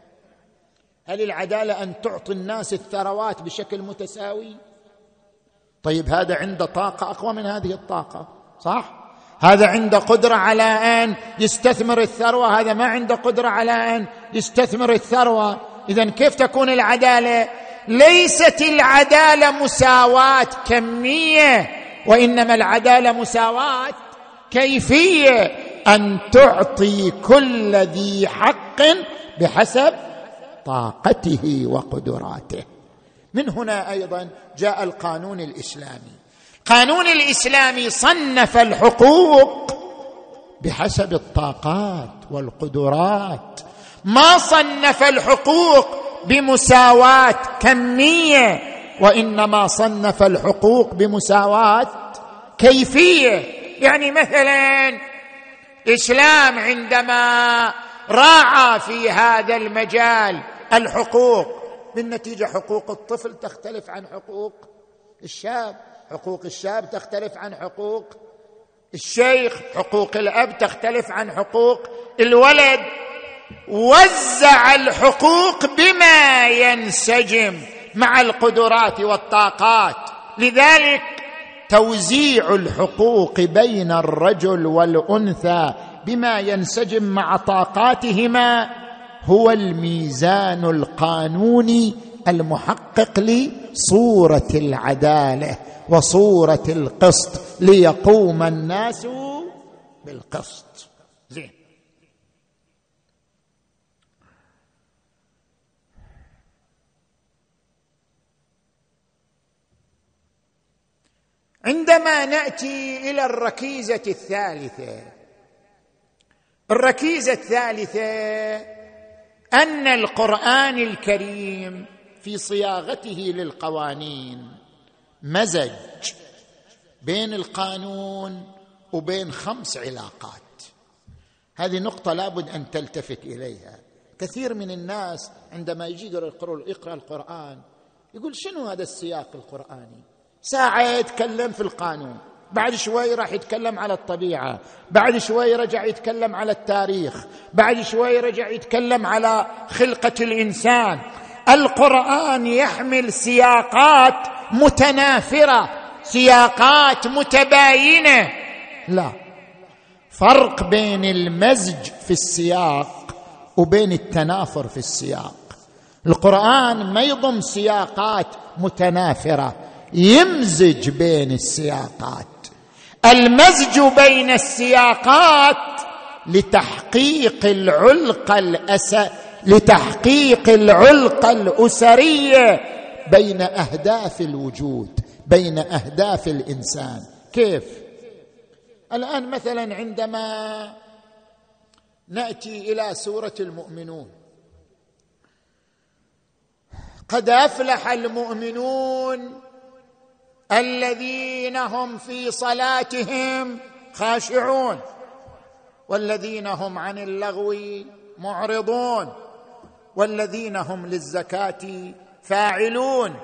هل العدالة أن تعطي الناس الثروات بشكل متساوي؟ طيب هذا عنده طاقة أقوى من هذه الطاقة، صح؟ هذا عنده قدرة على أن يستثمر الثروة، هذا ما عنده قدرة على أن يستثمر الثروة. إذن كيف تكون العدالة؟ ليست العدالة مساواة كمية، وإنما العدالة مساواة كيفية، أن تعطي كل ذي حق بحسب طاقته وقدراته. من هنا أيضا جاء القانون الإسلامي. القانون الإسلامي صنف الحقوق بحسب الطاقات والقدرات، ما صنف الحقوق بمساواة كمية، وإنما صنف الحقوق بمساواة كيفية. يعني مثلا الإسلام عندما راعى في هذا المجال الحقوق، بالنتيجة حقوق الطفل تختلف عن حقوق الشاب، حقوق الشاب تختلف عن حقوق الشيخ، حقوق الأب تختلف عن حقوق الولد. وزع الحقوق بما ينسجم مع القدرات والطاقات. لذلك توزيع الحقوق بين الرجل والأنثى بما ينسجم مع طاقاتهما هو الميزان القانوني المحقق لصورة العدالة وصورة القسط، ليقوم الناس بالقسط. زين، عندما نأتي إلى الركيزة الثالثة، الركيزة الثالثة أن القرآن الكريم في صياغته للقوانين مزج بين القانون وبين خمس علاقات. هذه نقطة لابد أن تلتفت إليها. كثير من الناس عندما يجي يقرأ القرآن يقول شنو هذا السياق القرآني؟ ساعة يتكلم في القانون، بعد شوي راح يتكلم على الطبيعة، بعد شوي رجع يتكلم على التاريخ، بعد شوي رجع يتكلم على خلقة الإنسان. القرآن يحمل سياقات متنافرة، سياقات متباينة. لا فرق بين المزج في السياق وبين التنافر في السياق. القرآن ما يضم سياقات متنافرة، يمزج بين السياقات. المزج بين السياقات لتحقيق العلقة الأس... لتحقيق العلقة الأسرية بين أهداف الوجود، بين أهداف الإنسان. كيف؟ الآن مثلا عندما نأتي إلى سورة المؤمنون، قد أفلح المؤمنون الذين هم في صلاتهم خاشعون والذين هم عن اللغو معرضون والذين هم للزكاة فاعلون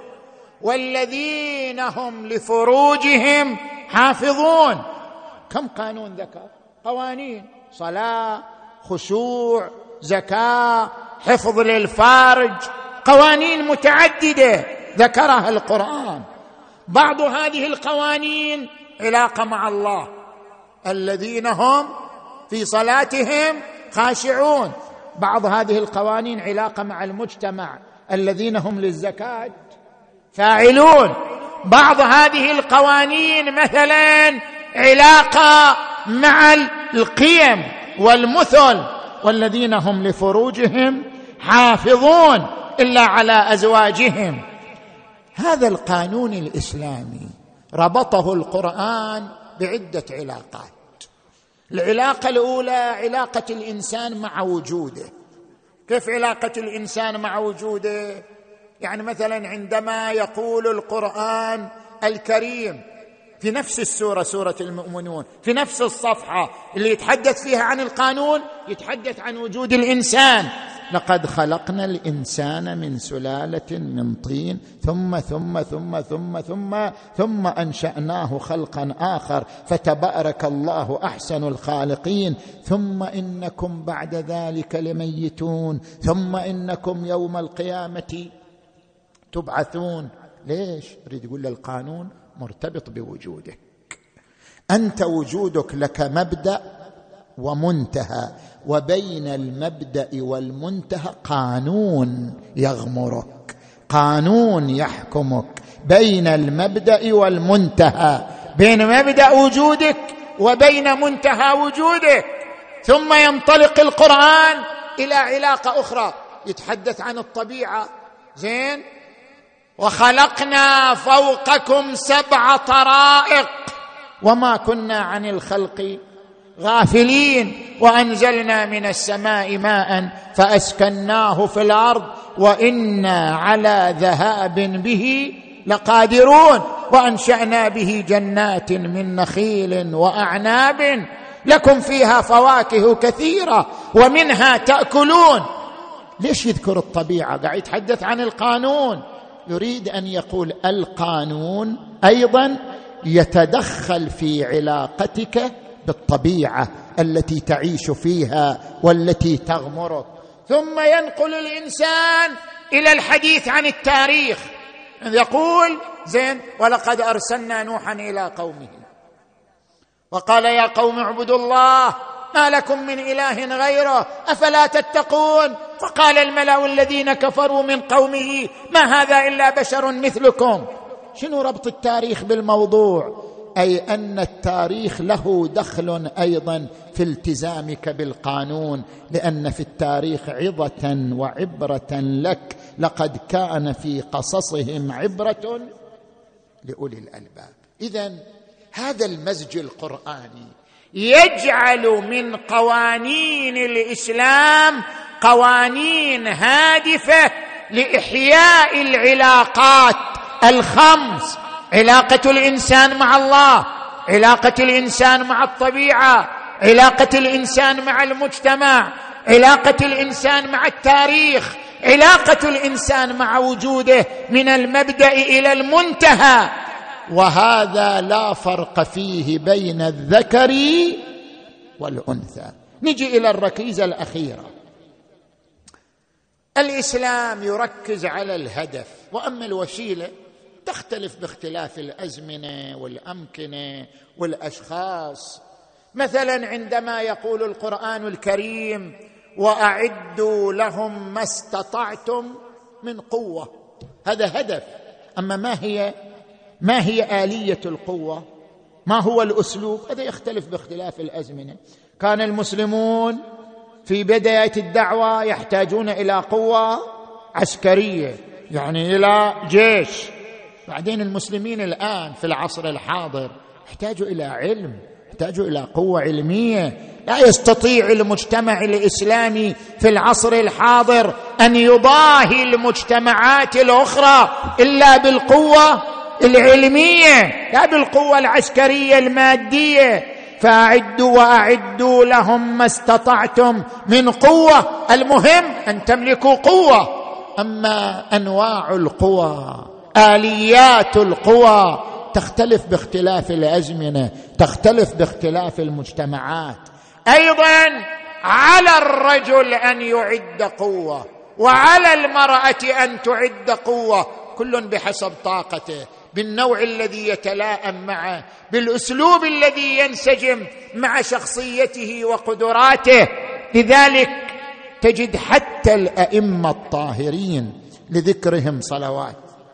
والذين هم لفروجهم حافظون. كم قانون ذكر؟ قوانين: صلاة، خشوع، زكاة، حفظ للفرج، قوانين متعددة ذكرها القرآن. بعض هذه القوانين علاقة مع الله، الذين هم في صلاتهم خاشعون. بعض هذه القوانين علاقة مع المجتمع، الذين هم للزكاة فاعلون. بعض هذه القوانين مثلا علاقة مع القيم والمثل، والذين هم لفروجهم حافظون إلا على أزواجهم. هذا القانون الإسلامي ربطه القرآن بعدة علاقات. العلاقة الأولى علاقة الإنسان مع وجوده. كيف علاقة الإنسان مع وجوده؟ يعني مثلا عندما يقول القرآن الكريم في نفس السورة، سورة المؤمنون، في نفس الصفحة اللي يتحدث فيها عن القانون، يتحدث عن وجود الإنسان: لقد خلقنا الإنسان من سلالة من طين ثم ثم ثم ثم ثم ثم أنشأناه خلقا آخر فتبارك الله أحسن الخالقين ثم إنكم بعد ذلك لميتون ثم إنكم يوم القيامة تبعثون. ليش؟ يريد يقول القانون مرتبط بوجودك. أنت وجودك لك مبدأ ومنتهى، وبين المبدأ والمنتهى قانون يغمرك، قانون يحكمك. بين المبدأ والمنتهى، بين مبدأ وجودك وبين منتهى وجودك. ثم ينطلق القرآن إلى علاقة أخرى، يتحدث عن الطبيعة. زين؟ وخلقنا فوقكم سبع طرائق وما كنا عن الخلق غافلين وأنزلنا من السماء ماء فأسكناه في الأرض وإنا على ذهاب به لقادرون وأنشأنا به جنات من نخيل وأعناب لكم فيها فواكه كثيرة ومنها تأكلون. ليش يذكر الطبيعة؟ قاعد يتحدث عن القانون. يريد أن يقول القانون أيضا يتدخل في علاقتك بالطبيعة التي تعيش فيها والتي تغمرك. ثم ينقل الإنسان إلى الحديث عن التاريخ. يقول: زين، ولقد أرسلنا نوحا إلى قومه وقال يا قوم اعبدوا الله ما لكم من إله غيره أفلا تتقون. فقال الملأ الذين كفروا من قومه ما هذا إلا بشر مثلكم. شنو ربط التاريخ بالموضوع؟ أي أن التاريخ له دخل أيضا في التزامك بالقانون، لأن في التاريخ عظة وعبرة لك. لقد كان في قصصهم عبرة لأولي الألباب. إذن هذا المزج القرآني يجعل من قوانين الإسلام قوانين هادفة لإحياء العلاقات الخمس: علاقة الإنسان مع الله، علاقة الإنسان مع الطبيعة، علاقة الإنسان مع المجتمع، علاقة الإنسان مع التاريخ، علاقة الإنسان مع وجوده من المبدأ إلى المنتهى. وهذا لا فرق فيه بين الذكر والأنثى. نجي إلى الركيزة الأخيرة. الإسلام يركز على الهدف، وأما الوسيلة تختلف باختلاف الأزمنة والأمكنة والأشخاص. مثلا عندما يقول القرآن الكريم وأعدوا لهم ما استطعتم من قوة، هذا هدف. أما ما هي ما هي آلية القوة؟ ما هو الأسلوب؟ هذا يختلف باختلاف الأزمنة. كان المسلمون في بداية الدعوة يحتاجون إلى قوة عسكرية، يعني إلى جيش. بعدين المسلمين الآن في العصر الحاضر يحتاجوا إلى علم، يحتاجوا إلى قوة علمية. لا يستطيع المجتمع الإسلامي في العصر الحاضر أن يضاهي المجتمعات الأخرى إلا بالقوة العلمية، لا بالقوة العسكرية المادية. فأعدوا وأعدوا لهم ما استطعتم من قوة. المهم أن تملكوا قوة. أما أنواع القوى، آليات القوى تختلف باختلاف الأزمنة، تختلف باختلاف المجتمعات. أيضا على الرجل أن يعد قوة، وعلى المرأة أن تعد قوة، كل بحسب طاقته، بالنوع الذي يتلائم معه، بالأسلوب الذي ينسجم مع شخصيته وقدراته. لذلك تجد حتى الأئمة الطاهرين لذكرهم صلوات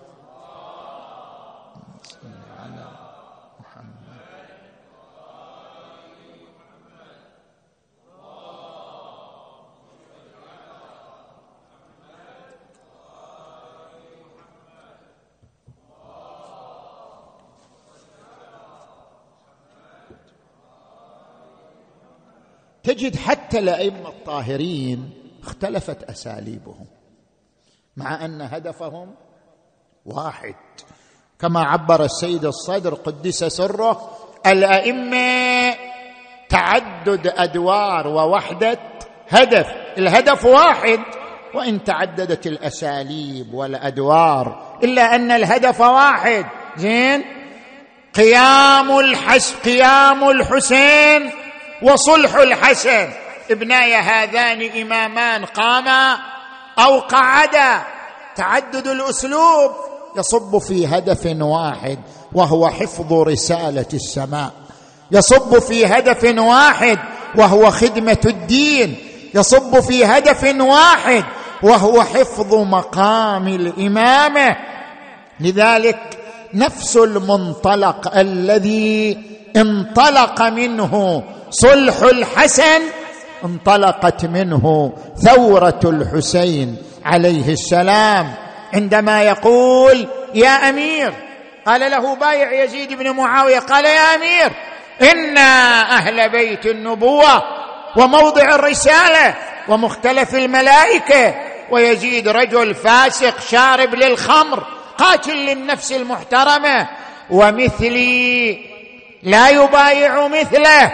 تجد حتى الأئمة الطاهرين اختلفت أساليبهم، مع أن هدفهم واحد. كما عبر السيد الصدر قدس سره: الأئمة تعدد أدوار ووحدة هدف، الهدف واحد وإن تعددت الأساليب والأدوار إلا أن الهدف واحد. زين، قيام الحس قيام الحسين وصلح الحسن، ابناي هذان إمامان قاما أو قعدا. تعدد الأسلوب يصب في هدف واحد وهو حفظ رسالة السماء، يصب في هدف واحد وهو خدمة الدين، يصب في هدف واحد وهو حفظ مقام الإمامة. لذلك نفس المنطلق الذي انطلق منه صلح الحسن انطلقت منه ثورة الحسين عليه السلام. عندما يقول يا أمير، قال له بايع يزيد بن معاوية، قال يا أمير إنا أهل بيت النبوة وموضع الرسالة ومختلف الملائكة، ويزيد رجل فاسق شارب للخمر قاتل للنفس المحترمة، ومثلي لا يبايع مثله،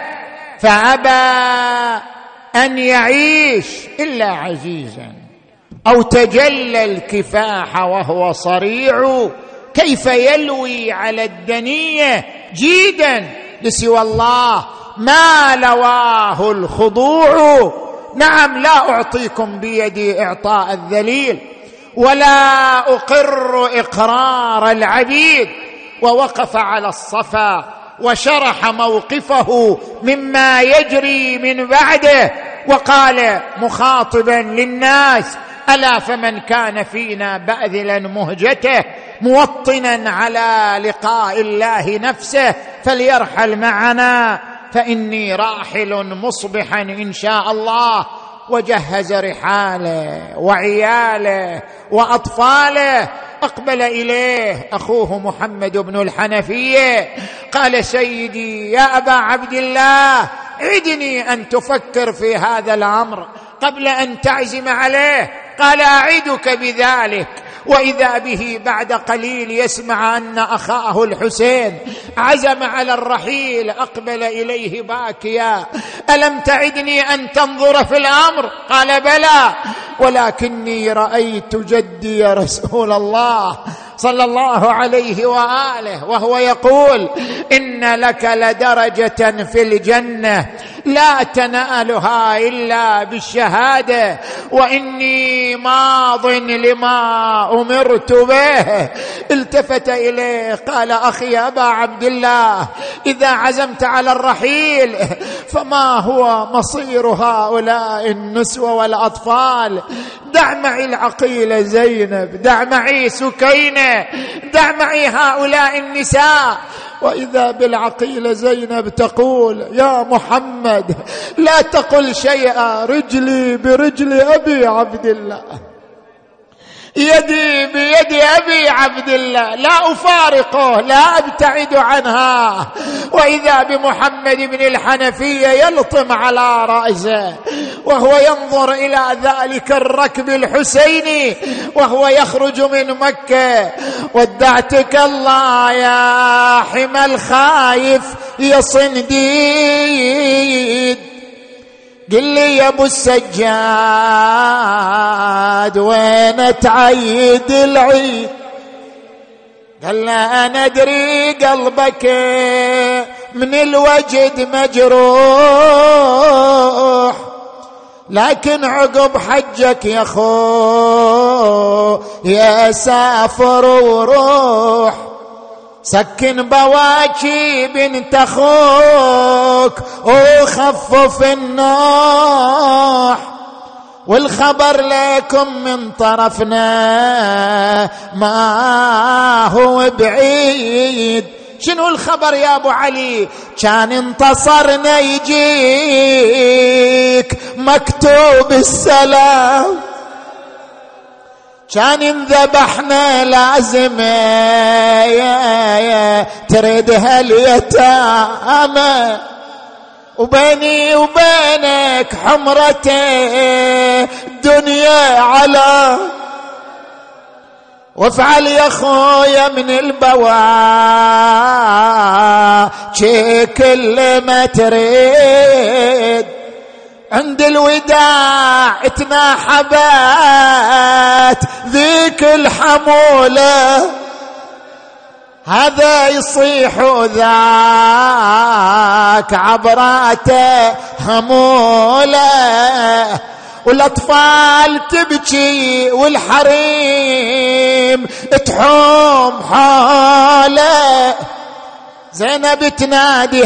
فأبى أن يعيش إلا عزيزا أو تجلى الكفاح وهو صريع، كيف يلوي على الدنية جيدا لسوى الله ما لواه الخضوع. نعم، لا أعطيكم بيدي إعطاء الذليل ولا أقر إقرار العبيد. ووقف على الصفا وشرح موقفه مما يجري من بعده، وقال مخاطبا للناس: ألا فمن كان فينا باذلا مهجته موطنا على لقاء الله نفسه فليرحل معنا، فإني راحل مصبحا إن شاء الله. وجهز رحاله وعياله وأطفاله. أقبل إليه أخوه محمد بن الحنفية، قال: سيدي يا أبا عبد الله، عدني أن تفكر في هذا الأمر قبل أن تعزم عليه. قال: أعدك بذلك وإذا به بعد قليل يسمع أن أخاه الحسين عزم على الرحيل. أقبل إليه باكيا: ألم تعدني أن تنظر في الأمر؟ قال: بلى، ولكني رأيت جدي يا رسول الله صلى الله عليه وآله وهو يقول: إن لك لدرجة في الجنة لا تنالها إلا بالشهادة، وإني ماض لما أمرت به. التفت إليه قال: أخي أبا عبد الله، إذا عزمت على الرحيل فما هو مصير هؤلاء النسوة والأطفال؟ دع معي العقيلة زينب، دع معي سكينة، دع معي هؤلاء النساء. وإذا بالعقيلة زينب تقول: يا محمد لا تقل شيئا، رجلي برجل أبي عبد الله، يدي بيد أبي عبد الله، لا أفارقه، لا أبتعد عنها. وإذا بمحمد بن الحنفية يلطم على رأسه وهو ينظر إلى ذلك الركب الحسيني وهو يخرج من مكة: ودعتك الله يا حمى الخايف يا صنديد. قل لي يا ابو السجاد وين تعيد العيد؟ قال لا انا ادري قلبك من الوجد مجروح، لكن عقب حجك يا خو يا سافر وروح، سكن بواكي بنت اخوك وخفف النوح، والخبر لكم من طرفنا ما هو بعيد. شنو الخبر يا ابو علي؟ كان انتصرنا يجيك مكتوب السلام، كان انذبحنا لازمه يا يا تريدها اليتامى، وبيني وبينك حمرته دنيا على، وافعل يا خويا من البواكي كل ما تريد. عند الوداع اتناحبت ذيك الحمولة، هذا يصيح ذاك عبراته همولة، والأطفال تبكي والحريم تحوم حوله. زينب تنادي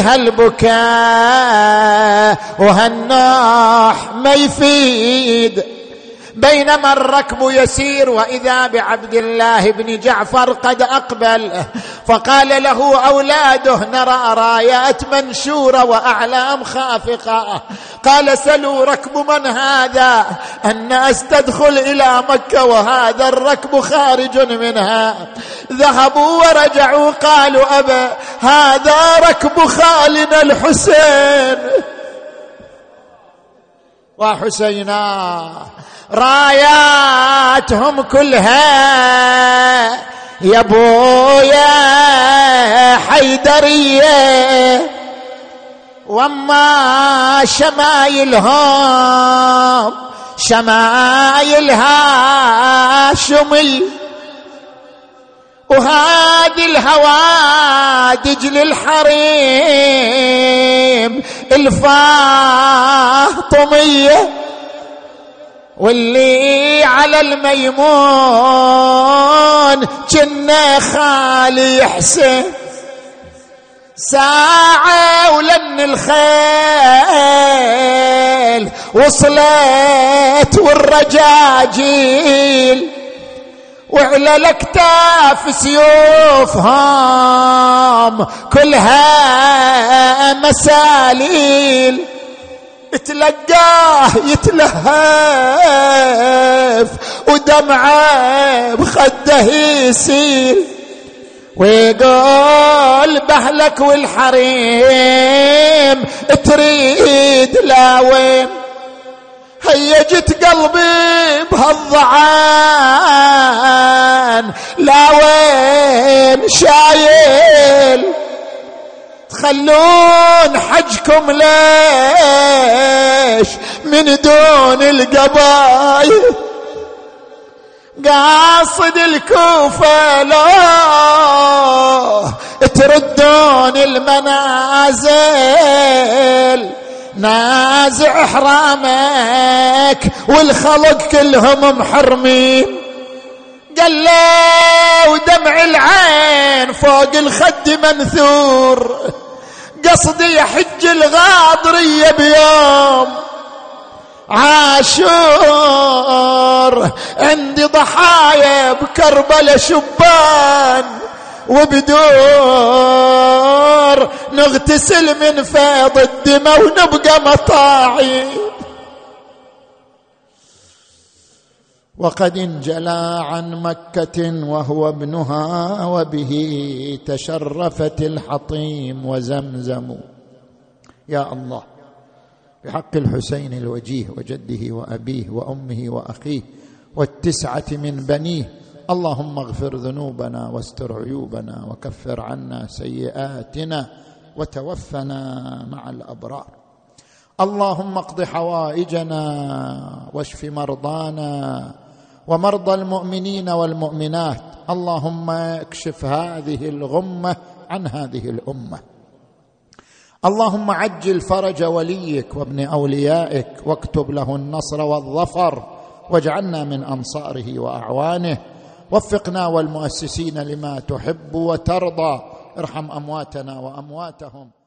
هالبكاء وهالنوح ما يفيد. بينما الركب يسير وإذا بعبد الله بن جعفر قد أقبل، فقال له أولاده: نرى رايات منشورة وأعلام خافقة. قال: سلوا ركب من هذا؟ الناس تدخل إلى مكة وهذا الركب خارج منها. ذهبوا ورجعوا قالوا: أبا هذا ركب خالنا الحسين وحسينا، راياتهم كلها يا بويا حيدرية، وما شمايلهم شمايلها شمي، وهذه الهوادج للحريم الفاطمية، واللي على الميمون كنا خالي حسين. ساعة ولن الخيل وصلت والرجاجيل، وعلى الاكتاف سيوفهم كلها مساليل، تلقاه يتلهف ودمعه بخده يسيل، ويقول: بهلك والحريم تريد لا وين؟ ضيجت قلبي بهالضعان، لا وين شايل تخلون حجكم ليش من دون القبايل، قاصد الكوفة لو تردون المنازل، نازع احرامك والخلق كلهم محرمين. قال له ودمع العين فوق الخد منثور، قصدي يحج الغاضرية بيوم عاشور، عندي ضحايا بكربلة شبان وبدور، نغتسل من فيض الدماء ونبقى مطاعين. وقد انجلى عن مكة وهو ابنها، وبه تشرفت الحطيم وزمزم. يا الله، بحق الحسين الوجيه وجده وأبيه وأمه وأخيه والتسعة من بنيه، اللهم اغفر ذنوبنا واستر عيوبنا وكفر عنا سيئاتنا وتوفنا مع الأبرار. اللهم اقض حوائجنا واشف مرضانا ومرضى المؤمنين والمؤمنات. اللهم اكشف هذه الغمة عن هذه الأمة. اللهم عجل فرج وليك وابن أوليائك، واكتب له النصر والظفر، واجعلنا من أنصاره وأعوانه. وفقنا والمؤسسين لما تحب وترضى. ارحم أمواتنا وأمواتهم